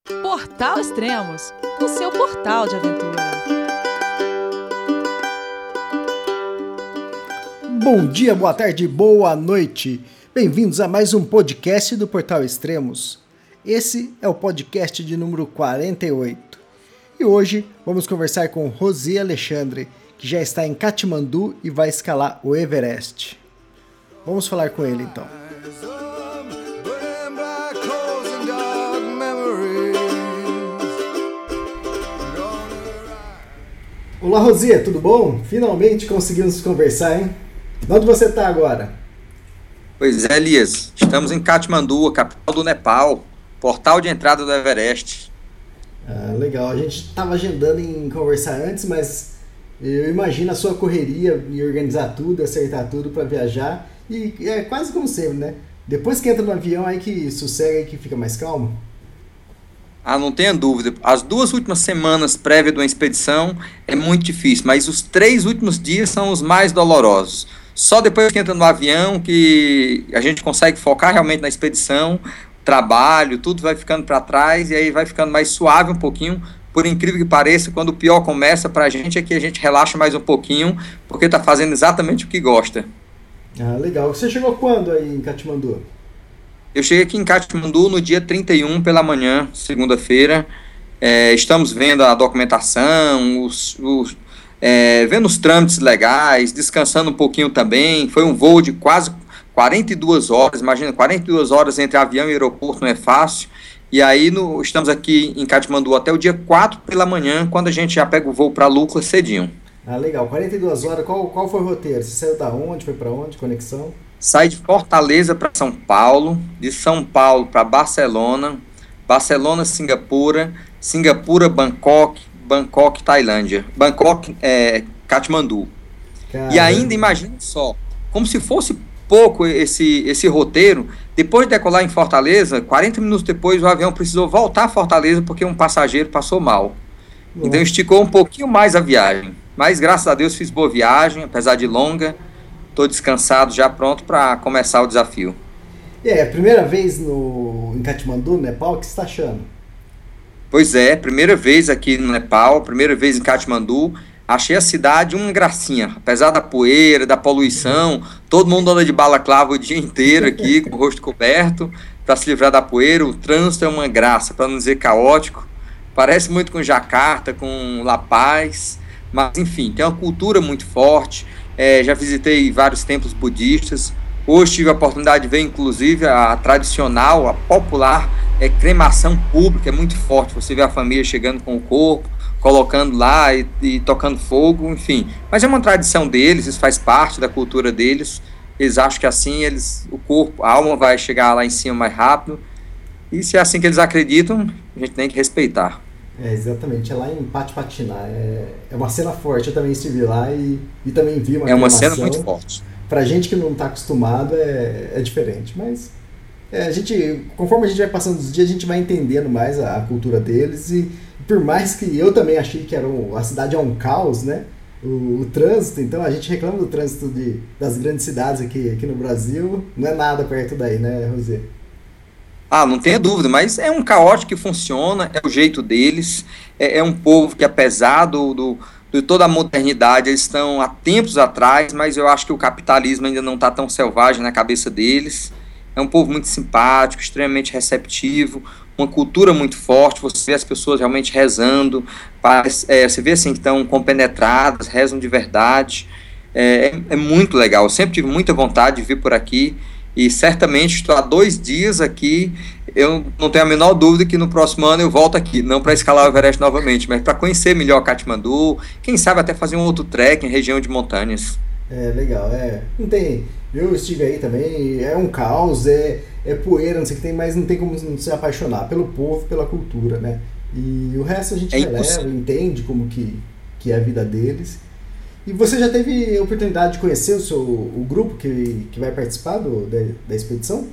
Portal Extremos, o seu portal de aventura. Bom dia, boa tarde, boa noite. Bem-vindos a mais um podcast do Portal Extremos. Esse é o podcast de número 48. E hoje vamos conversar com Rosy Alexandre, que já está em Katmandu e vai escalar o Everest. Vamos falar com ele então. Olá, Rosy, tudo bom? Finalmente conseguimos conversar, hein? Onde você está agora? Pois é, Elias. Estamos em Katmandu, a capital do Nepal, portal de entrada do Everest. Ah, legal. A gente estava agendando em conversar antes, mas eu imagino a sua correria e organizar tudo, acertar tudo para viajar. E é quase como sempre, né? Depois que entra no avião, aí que sossega e que fica mais calmo. Ah, não tenha dúvida. As 2 últimas semanas prévias de uma expedição é muito difícil, mas os 3 últimos dias são os mais dolorosos. Só depois que entra no avião que a gente consegue focar realmente na expedição, trabalho, tudo vai ficando para trás e aí vai ficando mais suave um pouquinho. Por incrível que pareça, quando o pior começa para a gente é que a gente relaxa mais um pouquinho, porque está fazendo exatamente o que gosta. Ah, legal. Você chegou quando aí em Katmandu? Eu cheguei aqui em Katmandu no dia 31 pela manhã, segunda-feira. Estamos vendo a documentação, vendo os trâmites legais, descansando um pouquinho também. Foi um voo de quase 42 horas, imagina, 42 horas entre avião e aeroporto não é fácil. E aí estamos aqui em Katmandu até o dia 4 pela manhã, quando a gente já pega o voo para Lukla cedinho. Ah, legal. 42 horas, qual foi o roteiro? Você saiu da onde, foi para onde, conexão? Saí de Fortaleza para São Paulo, de São Paulo para Barcelona, Barcelona, Singapura, Singapura, Bangkok, Bangkok, Tailândia, Bangkok, Katmandu. Caramba. E ainda, imagine só, como se fosse pouco esse roteiro, depois de decolar em Fortaleza, 40 minutos depois o avião precisou voltar a Fortaleza porque um passageiro passou mal. Então esticou um pouquinho mais a viagem, mas graças a Deus fiz boa viagem, apesar de longa. Estou descansado, já pronto para começar o desafio. É a primeira vez em Katmandu, Nepal, o que você está achando? Pois é, primeira vez aqui no Nepal, primeira vez em Katmandu. Achei a cidade uma gracinha, apesar da poeira, da poluição, todo mundo anda de balaclava o dia inteiro aqui, com o rosto coberto, para se livrar da poeira. O trânsito é uma graça, para não dizer caótico. Parece muito com Jakarta, com La Paz, mas enfim, tem uma cultura muito forte. Já visitei vários templos budistas. Hoje tive a oportunidade de ver, inclusive, a tradicional, a popular cremação pública, é muito forte. Você vê a família chegando com o corpo, colocando lá e tocando fogo, enfim. Mas é uma tradição deles, isso faz parte da cultura deles. Eles acham que assim o corpo, a alma vai chegar lá em cima mais rápido. E se é assim que eles acreditam, a gente tem que respeitar. Exatamente, é lá em Patipatiná, é uma cena forte, eu também estive lá e também vi uma uma cena muito forte. Pra gente que não está acostumado é diferente, mas conforme a gente vai passando os dias, a gente vai entendendo mais a cultura deles e por mais que eu também achei que a cidade é um caos, né, o trânsito, então a gente reclama do trânsito das grandes cidades aqui no Brasil, não é nada perto daí, né, Rosy? Ah, não tenha dúvida, mas é um caótico que funciona, é o jeito deles, é um povo que apesar de toda a modernidade, eles estão há tempos atrás, mas eu acho que o capitalismo ainda não está tão selvagem na cabeça deles. É um povo muito simpático, extremamente receptivo, uma cultura muito forte, você vê as pessoas realmente rezando, você vê assim que estão compenetradas, rezam de verdade, é muito legal, eu sempre tive muita vontade de vir por aqui, e certamente estou há 2 dias aqui, eu não tenho a menor dúvida que no próximo ano eu volto aqui, não para escalar o Everest novamente, mas para conhecer melhor Katmandu, quem sabe até fazer um outro trek em região de montanhas. Legal, não tem, eu estive aí também, é um caos, é poeira, não sei o que tem, mas não tem como não se apaixonar pelo povo, pela cultura, né, e o resto a gente releva, entende como que é a vida deles. E você já teve a oportunidade de conhecer o grupo que vai participar da expedição?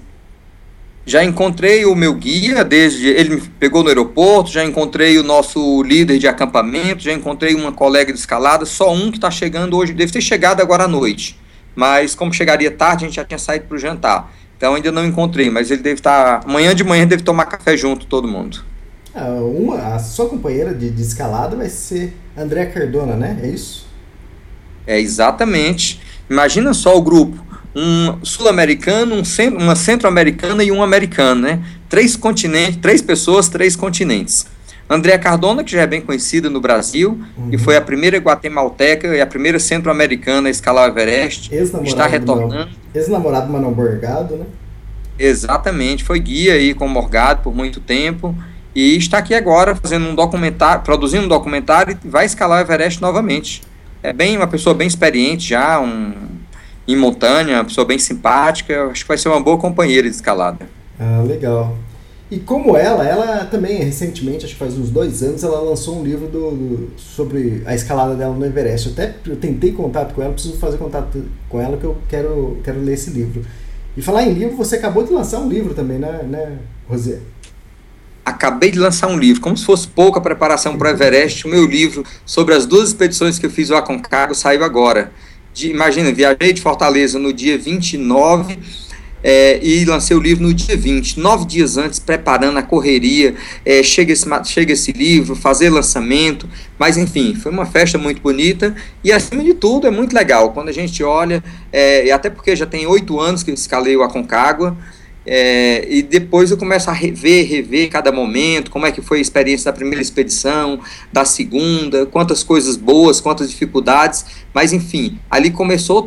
Já encontrei o meu guia, ele me pegou no aeroporto, já encontrei o nosso líder de acampamento, já encontrei uma colega de escalada, só um que está chegando hoje, deve ter chegado agora à noite, mas como chegaria tarde, a gente já tinha saído para o jantar, então ainda não encontrei, mas ele deve estar, amanhã de manhã deve tomar café junto todo mundo. A sua companheira de escalada vai ser Andréa Cardona, né? É isso? É, exatamente. Imagina só o grupo, um sul-americano, uma centro-americana e um americano, né? 3 continentes, 3 pessoas, 3 continentes. Andréa Cardona, que já é bem conhecida no Brasil, e foi a primeira guatemalteca e a primeira centro-americana a escalar o Everest, está retornando. Ex-namorado Manuel Borgado, né? Exatamente, foi guia aí com o Morgado por muito tempo, e está aqui agora fazendo um documentário, produzindo um documentário e vai escalar o Everest novamente. É uma pessoa bem experiente já, em montanha, uma pessoa bem simpática, eu acho que vai ser uma boa companheira de escalada. Ah, legal. E como ela também recentemente, acho que faz uns 2 anos, ela lançou um livro sobre a escalada dela no Everest. Eu tentei contato com ela, preciso fazer contato com ela, que eu quero ler esse livro. E falar em livro, você acabou de lançar um livro também, né, Rosé? Acabei de lançar um livro, como se fosse pouca preparação para o Everest. O meu livro sobre as 2 expedições que eu fiz ao Aconcagua saiu agora. Imagina, viajei de Fortaleza no dia 29 e lancei o livro no dia 20, 9 dias antes, preparando a correria. Chega esse livro, fazer lançamento, mas enfim, foi uma festa muito bonita e, acima de tudo, é muito legal quando a gente olha, e até porque já tem 8 anos que eu escalei o Aconcagua. E depois eu começo a rever cada momento, como é que foi a experiência da primeira expedição, da segunda, quantas coisas boas, quantas dificuldades, mas enfim, ali começou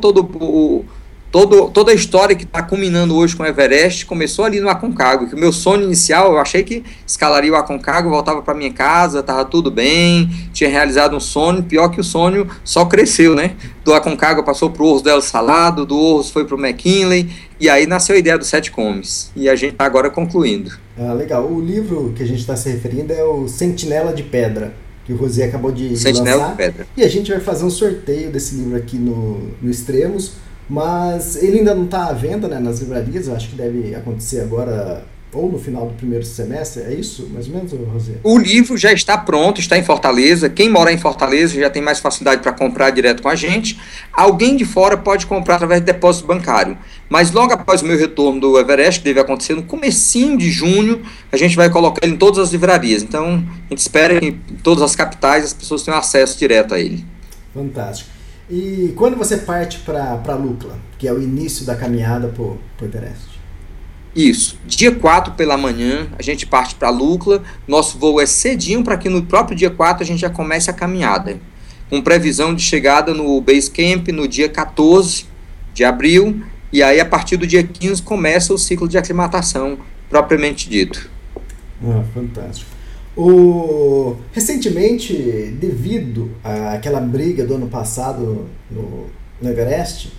toda a história que está culminando hoje com o Everest, começou ali no Aconcagua, que o meu sonho inicial, eu achei que escalaria o Aconcagua, voltava para minha casa, estava tudo bem, tinha realizado um sonho, pior que o sonho só cresceu, né? Do Aconcagua passou para o Orros del Salado, do Orros foi para o McKinley, e aí nasceu a ideia dos 7 Comes, e a gente está agora concluindo. Ah, legal. O livro que a gente está se referindo é o Sentinela de Pedra, que o Rosé acabou de lançar, de Pedra. E a gente vai fazer um sorteio desse livro aqui no Extremos, mas ele ainda não está à venda, né, nas livrarias. Eu acho que deve acontecer agora ou no final do primeiro semestre, é isso, mais ou menos, Rosé? O livro já está pronto, está em Fortaleza. Quem mora em Fortaleza já tem mais facilidade para comprar direto com a gente. Alguém de fora pode comprar através de depósito bancário. Mas logo após o meu retorno do Everest, que deve acontecer no comecinho de junho, a gente vai colocar ele em todas as livrarias. Então, a gente espera que em todas as capitais as pessoas tenham acesso direto a ele. Fantástico. E quando você parte para Lukla, que é o início da caminhada para o Everest? Isso, dia 4 pela manhã a gente parte para Lukla, nosso voo é cedinho para que no próprio dia 4 a gente já comece a caminhada, com previsão de chegada no Base Camp no dia 14 de abril, e aí a partir do dia 15 começa o ciclo de aclimatação propriamente dito. Fantástico. Recentemente, devido àquela briga do ano passado no Everest,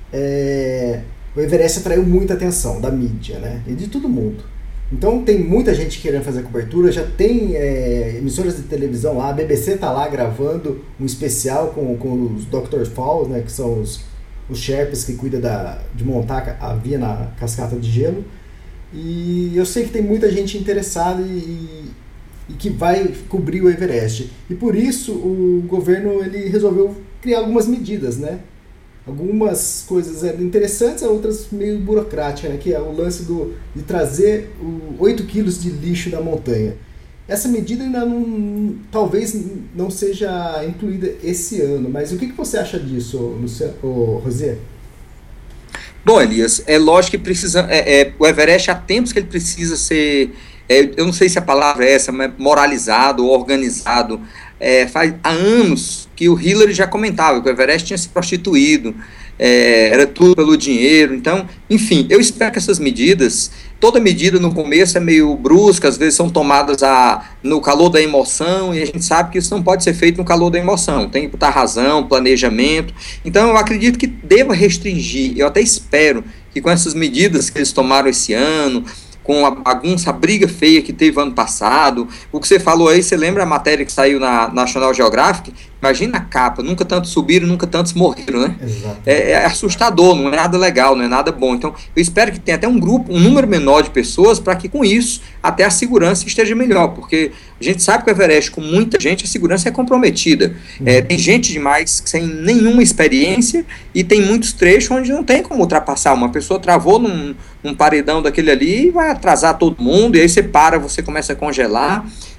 o Everest atraiu muita atenção da mídia, né? E de todo mundo. Então tem muita gente querendo fazer cobertura, já tem emissoras de televisão lá, a BBC está lá gravando um especial com os Dr. Falls, né, que são os Sherpas que cuidam de montar a via na cascata de gelo. E eu sei que tem muita gente interessada e que vai cobrir o Everest. E por isso o governo ele resolveu criar algumas medidas, né? Algumas coisas interessantes, outras meio burocráticas, né? Que é o lance de trazer 8 quilos de lixo da montanha. Essa medida ainda talvez não seja incluída esse ano, mas o que você acha disso, Rosé? Bom, Elias, é lógico que precisa. O Everest há tempos que ele precisa ser. Eu não sei se a palavra é essa, mas moralizado ou organizado. Há anos que o Hillary já comentava que o Everest tinha se prostituído, era tudo pelo dinheiro. Então, enfim, eu espero que essas medidas, toda medida no começo é meio brusca, às vezes são tomadas no calor da emoção, e a gente sabe que isso não pode ser feito no calor da emoção, tem que botar razão, planejamento. Então eu acredito que deva restringir, eu até espero que com essas medidas que eles tomaram esse ano, com a bagunça, a briga feia que teve ano passado, o que você falou aí, você lembra a matéria que saiu na National Geographic? Imagina a capa, nunca tantos subiram, nunca tantos morreram, né? É assustador, não é nada legal, não é nada bom. Então, eu espero que tenha até um número menor de pessoas, para que com isso, até a segurança esteja melhor, porque a gente sabe que o Everest, com muita gente, a segurança é comprometida. Tem gente demais sem nenhuma experiência, e tem muitos trechos onde não tem como ultrapassar. Uma pessoa travou num paredão daquele ali e vai atrasar todo mundo, e aí você começa a congelar.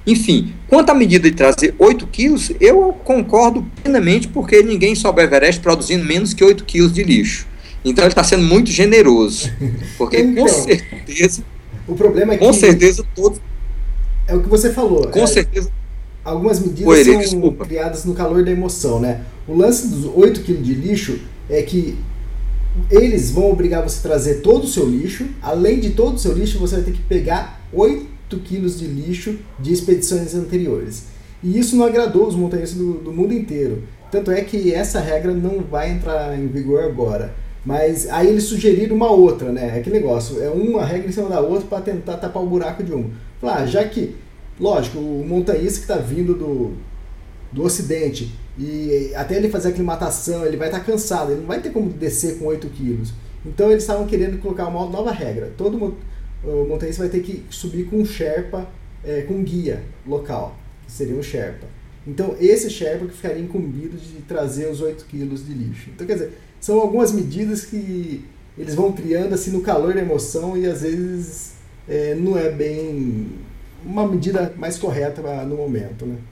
Enfim, quanto à medida de trazer 8 quilos, eu concordo plenamente, porque ninguém sobe o Everest produzindo menos que 8 quilos de lixo. Então ele está sendo muito generoso, porque Então, com certeza, o problema é que com certeza todos, é o que você falou. com certeza, Algumas medidas Oi, são desculpa. criadas no calor da emoção, né? O lance dos 8 kg de lixo é que eles vão obrigar você a trazer todo o seu lixo. Além de todo o seu lixo, você vai ter que pegar 8 quilos de lixo de expedições anteriores. E isso não agradou os montanhistas do mundo inteiro. Tanto é que essa regra não vai entrar em vigor agora. Mas aí eles sugeriram uma outra, né? Aquele negócio, é uma regra em cima da outra para tentar tapar o buraco de uma. Falar, já que, lógico, o montanhista que está vindo do ocidente e até ele fazer a aclimatação, ele vai estar cansado, ele não vai ter como descer com 8 quilos. Então eles estavam querendo colocar uma nova regra. Todo montanhista vai ter que subir com um Sherpa, com um guia local, que seria um Sherpa. Então esse Sherpa que ficaria incumbido de trazer os 8 quilos de lixo. Então quer dizer, são algumas medidas que eles vão criando assim no calor da emoção e às vezes não é bem uma medida mais correta no momento, né?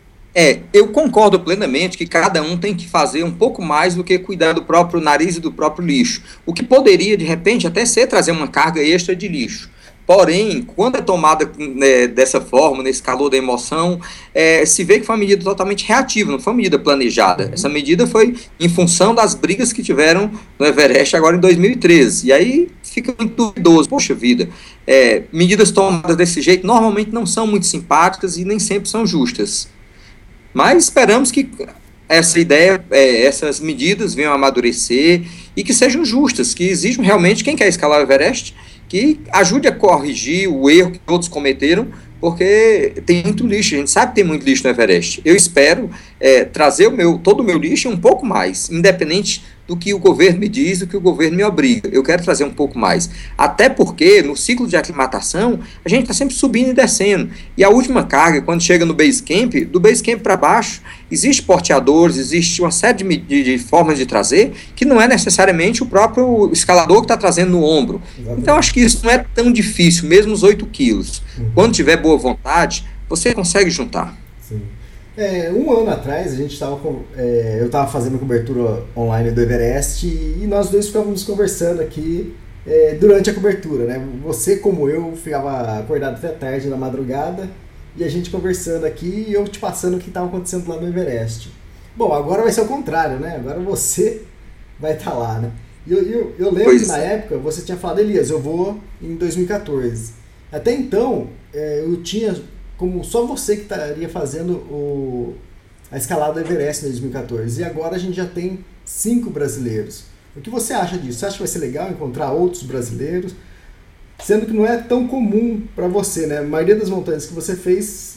Eu concordo plenamente que cada um tem que fazer um pouco mais do que cuidar do próprio nariz e do próprio lixo. O que poderia, de repente, até ser trazer uma carga extra de lixo. Porém, quando é tomada dessa forma, nesse calor da emoção, se vê que foi uma medida totalmente reativa, não foi uma medida planejada. Essa medida foi em função das brigas que tiveram no Everest agora em 2013. E aí fica muito duvidoso. Poxa vida, medidas tomadas desse jeito normalmente não são muito simpáticas e nem sempre são justas. Mas esperamos que essa ideia, essas medidas venham a amadurecer e que sejam justas, que exijam realmente quem quer escalar o Everest, que ajude a corrigir o erro que todos cometeram, porque tem muito lixo, a gente sabe que tem muito lixo no Everest. Eu espero trazer todo o meu lixo um pouco mais, independente do que o governo me diz, do que o governo me obriga. Eu quero trazer um pouco mais. Até porque, no ciclo de aclimatação, a gente está sempre subindo e descendo. E a última carga, quando chega no base camp, do base camp para baixo, existe porteadores, existe uma série de formas de trazer, que não é necessariamente o próprio escalador que está trazendo no ombro. Exatamente. Então, acho que isso não é tão difícil, mesmo os 8 quilos. Quando tiver boa vontade, você consegue juntar. Sim. Um ano atrás, eu estava fazendo cobertura online do Everest e nós dois ficávamos conversando aqui durante a cobertura, né? Você, como eu, ficava acordado até tarde na madrugada e a gente conversando aqui e eu te passando o que estava acontecendo lá no Everest. Bom, agora vai ser o contrário, né? Agora você vai estar lá, né? Eu lembro que na época você tinha falado, Elias, eu vou em 2014. Até então, eu tinha como só você que estaria fazendo a escalada do Everest em 2014. E agora a gente já tem 5 brasileiros. O que você acha disso? Você acha que vai ser legal encontrar outros brasileiros? Sendo que não é tão comum para você, né? A maioria das montanhas que você fez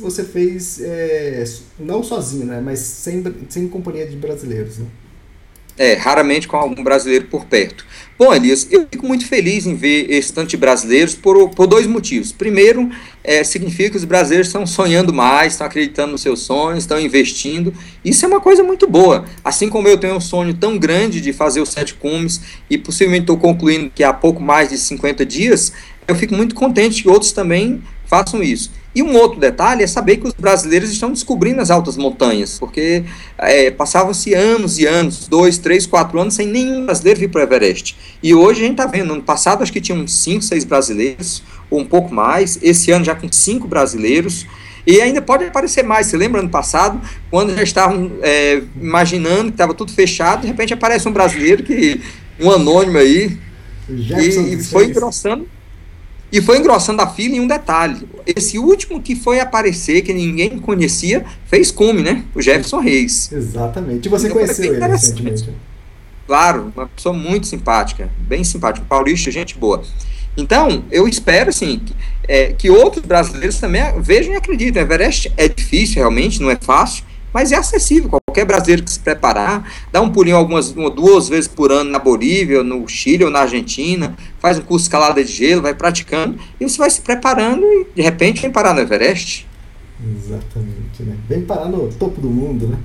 não sozinho, né? Mas sem companhia de brasileiros, né? Raramente com algum brasileiro por perto. Bom, Elias, eu fico muito feliz em ver esse tanto de brasileiros por 2 motivos. Primeiro, significa que os brasileiros estão sonhando mais, estão acreditando nos seus sonhos, estão investindo. Isso é uma coisa muito boa. Assim como eu tenho um sonho tão grande de fazer os 7 cumes e possivelmente estou concluindo que há pouco mais de 50 dias, eu fico muito contente que outros também façam isso. E um outro detalhe é saber que os brasileiros estão descobrindo as altas montanhas, porque passavam-se anos e anos, 2, 3, 4 anos, sem nenhum brasileiro vir para o Everest. E hoje a gente está vendo, no ano passado acho que tinha uns 5, 6 brasileiros, ou um pouco mais, esse ano já com 5 brasileiros, e ainda pode aparecer mais. Você lembra ano passado, quando já estavam imaginando que estava tudo fechado, de repente aparece um brasileiro, um anônimo aí, e foi engrossando. E foi engrossando a fila em um detalhe. Esse último que foi aparecer, que ninguém conhecia, fez cume, né? O Jefferson Reis. Exatamente. E você conheceu ele recentemente? Claro, uma pessoa muito simpática, bem simpática, paulista, gente boa. Então, eu espero, assim, que outros brasileiros também vejam e acreditem. O Everest é difícil, realmente, não é fácil, mas é acessível. Qualquer brasileiro que se preparar, dá um pulinho 2 vezes por ano na Bolívia, no Chile ou na Argentina, faz um curso de escalada de gelo, vai praticando, e você vai se preparando e, de repente, vem parar no Everest. Exatamente, né? Vem parar no topo do mundo, né?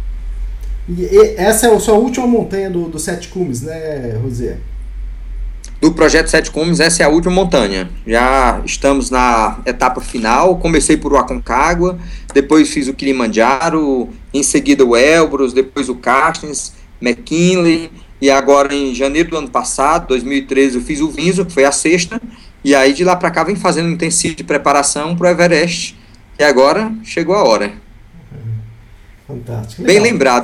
E essa é a sua última montanha dos 7 cumes, né, Rosier? do projeto Sete Cumes, essa é a última montanha. Já estamos na etapa final. Comecei por o Aconcagua, depois fiz o Kilimanjaro, em seguida o Elbrus, depois o Carstens, McKinley, e agora em janeiro do ano passado, 2013, eu fiz o Windsor, que foi a sexta, e aí de lá para cá vem fazendo um intensivo de preparação para o Everest, e agora chegou a hora. Fantástico. Bem lembrado,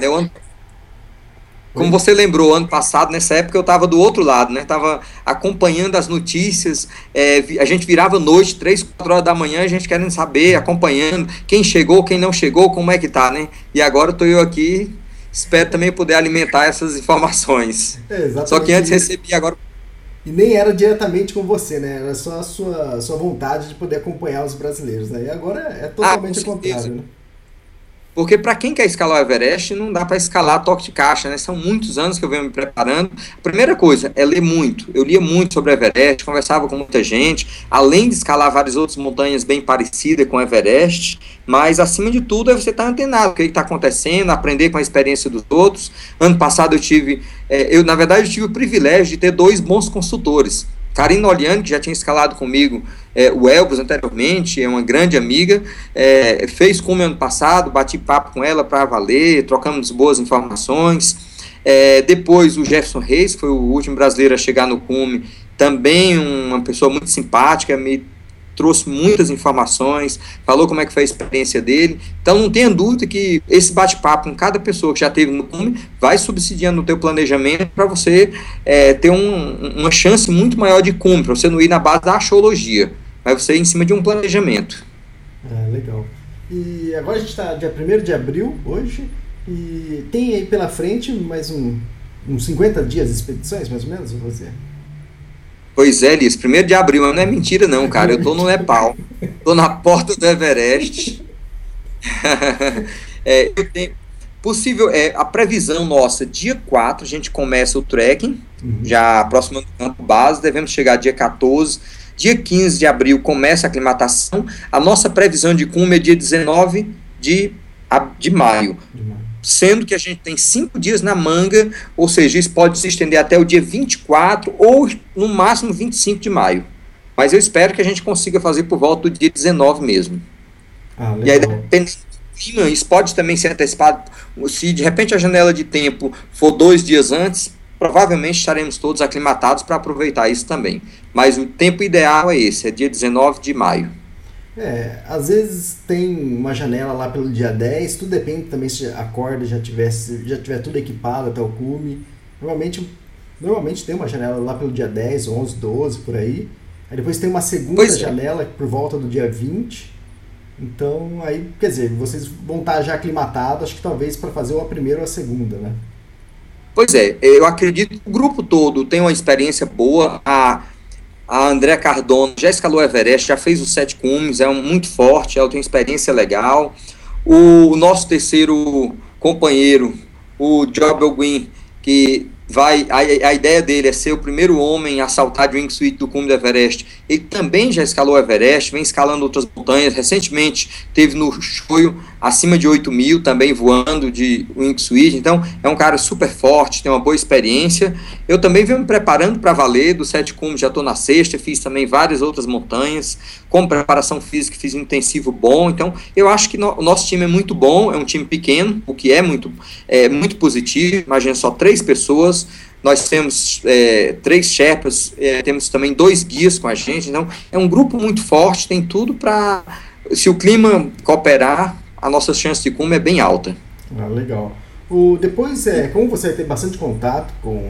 como você lembrou, ano passado, nessa época, eu estava do outro lado, né? Estava acompanhando as notícias, a gente virava noite, 3, 4 horas da manhã, a gente querendo saber, acompanhando, quem chegou, quem não chegou, como é que tá, né? E agora estou eu aqui, espero também poder alimentar essas informações. Só que antes recebi agora... E nem era diretamente com você, né? Era só a sua vontade de poder acompanhar os brasileiros, né? E agora é totalmente o contrário, né? Porque para quem quer escalar o Everest, não dá para escalar toque de caixa, né? São muitos anos que eu venho me preparando. A primeira coisa é ler muito. Eu lia muito sobre o Everest, conversava com muita gente, além de escalar várias outras montanhas bem parecidas com o Everest, mas acima de tudo é você estar antenado, o que está acontecendo, aprender com a experiência dos outros. Ano passado na verdade eu tive o privilégio de ter 2 bons consultores. Karina Oliane, que já tinha escalado comigo o Elbrus anteriormente, é uma grande amiga, fez cume ano passado, bati papo com ela para valer, trocamos boas informações. Depois o Jefferson Reis, que foi o último brasileiro a chegar no cume, também uma pessoa muito simpática, me trouxe muitas informações, falou como é que foi a experiência dele. Então não tenha dúvida que esse bate-papo com cada pessoa que já teve no cume vai subsidiando o teu planejamento para você ter uma chance muito maior de cume, para você não ir na base da axiologia, mas você ir em cima de um planejamento. Legal. E agora a gente está dia 1º de abril, hoje, e tem aí pela frente mais uns 50 dias de expedições, mais ou menos, você? Pois é, Liz, 1º de abril, não é mentira não, cara, eu tô no Nepal, tô na porta do Everest. Eu tenho a previsão nossa, dia 4 a gente começa o trekking, já aproximando do campo base, devemos chegar dia 14, dia 15 de abril começa a aclimatação, a nossa previsão de cume é dia 19 de maio. Sendo que a gente tem 5 dias na manga, ou seja, isso pode se estender até o dia 24 ou no máximo 25 de maio. Mas eu espero que a gente consiga fazer por volta do dia 19 mesmo. E aí, dependendo do clima, isso pode também ser antecipado. Se de repente a janela de tempo for 2 dias antes, provavelmente estaremos todos aclimatados para aproveitar isso também. Mas o tempo ideal é esse, é dia 19 de maio. Às vezes tem uma janela lá pelo dia 10, tudo depende também se a corda já tiver tudo equipado até o cume. Normalmente tem uma janela lá pelo dia 10, 11, 12, por aí. Aí depois tem uma segunda janela por volta do dia 20. Então, aí, quer dizer, vocês vão estar já aclimatados, acho que talvez para fazer ou a primeira ou a segunda, né? Pois é, eu acredito que o grupo todo tem uma experiência boa. A André Cardone já escalou o Everest, já fez os 7 cumes, muito forte, ela tem experiência legal. O nosso terceiro companheiro, o Job Elguin, que a ideia dele é ser o primeiro homem a saltar de wingsuit do cume do Everest. Ele também já escalou o Everest, vem escalando outras montanhas. Recentemente teve no Choio acima de 8.000, também voando de wingsuit. Então é um cara super forte, tem uma boa experiência. Eu também venho me preparando para valer, do 7 cumes já estou na sexta, fiz também várias outras montanhas, com preparação física, fiz um intensivo bom. Então eu acho que o nosso time é muito bom, é um time pequeno, o que é muito positivo. Imagina só 3 pessoas. Nós temos 3 Sherpas, temos também 2 guias com a gente, então é um grupo muito forte, tem tudo para, se o clima cooperar, a nossa chance de cume é bem alta. Legal. Depois, como você vai ter bastante contato com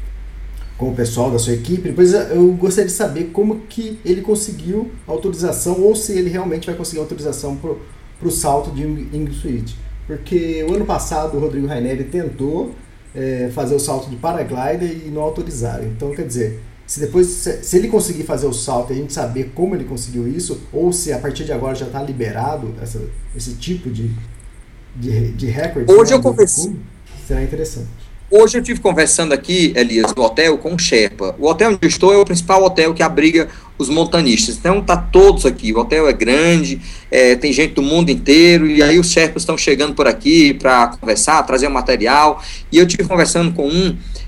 o pessoal da sua equipe, depois eu gostaria de saber como que ele conseguiu autorização, ou se ele realmente vai conseguir autorização para o salto de wingsuit. Porque o ano passado o Rodrigo Raineri tentou fazer o salto de paraglider e não autorizaram. Então, quer dizer, se ele conseguir fazer o salto e a gente saber como ele conseguiu isso, ou se a partir de agora já está liberado esse tipo de recorde, hoje eu confesso, será interessante. Hoje eu estive conversando aqui, Elias, no hotel com o Sherpa. O hotel onde eu estou é o principal hotel que abriga os montanistas. Então tá todos aqui, o hotel é grande, tem gente do mundo inteiro, e aí os Sherpas estão chegando por aqui para conversar, trazer o material. E eu estive conversando com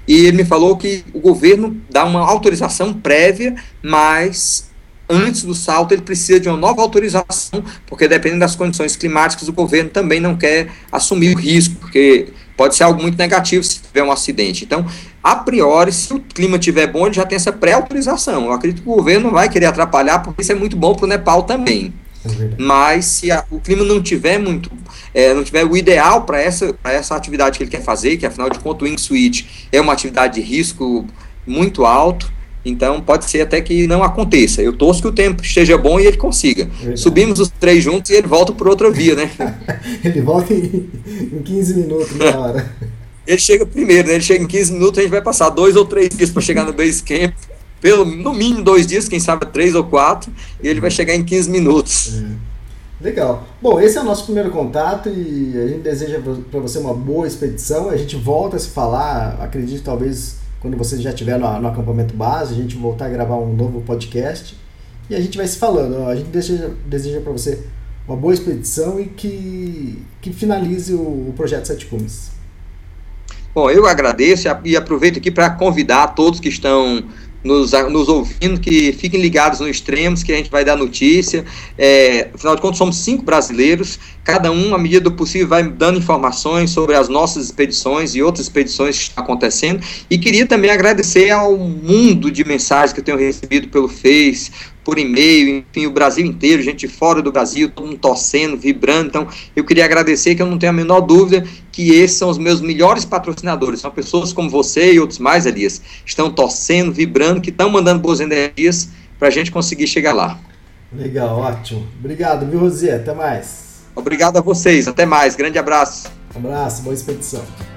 e ele me falou que o governo dá uma autorização prévia, mas antes do salto ele precisa de uma nova autorização, porque dependendo das condições climáticas, o governo também não quer assumir o risco, porque pode ser algo muito negativo se tiver um acidente. Então, a priori, se o clima estiver bom, ele já tem essa pré-autorização. Eu acredito que o governo não vai querer atrapalhar, porque isso é muito bom para o Nepal também. Mas se o clima não tiver não tiver o ideal para essa atividade que ele quer fazer, que afinal de contas o wingsuit é uma atividade de risco muito alto, então pode ser até que não aconteça. Eu torço que o tempo esteja bom e ele consiga. Verdade. Subimos os 3 juntos e ele volta por outra via, né? Ele volta em 15 minutos na hora. Ele chega primeiro, né? Ele chega em 15 minutos, a gente vai passar 2 ou 3 dias para chegar no base camp. No mínimo 2 dias, quem sabe 3 ou 4, e ele vai chegar em 15 minutos. Legal. Bom, esse é o nosso primeiro contato e a gente deseja para você uma boa expedição. A gente volta a se falar, acredito talvez quando você já estiver no acampamento base, a gente voltar a gravar um novo podcast e a gente vai se falando. A gente deseja para você uma boa expedição e que finalize o projeto Sete Cumes. Bom, eu agradeço e aproveito aqui para convidar todos que estão nos ouvindo, que fiquem ligados no Extremos, que a gente vai dar notícia. Afinal de contas, somos 5 brasileiros, cada um, à medida do possível, vai dando informações sobre as nossas expedições e outras expedições que estão acontecendo. E queria também agradecer ao mundo de mensagens que eu tenho recebido pelo Face, por e-mail, enfim, o Brasil inteiro, gente fora do Brasil, todo mundo torcendo, vibrando. Então, eu queria agradecer, que eu não tenho a menor dúvida que esses são os meus melhores patrocinadores. São pessoas como você e outros mais, Elias, estão torcendo, vibrando, que estão mandando boas energias para a gente conseguir chegar lá. Legal, ótimo. Obrigado, viu, Rosier? Até mais. Obrigado a vocês. Até mais. Grande abraço. Um abraço, boa expedição.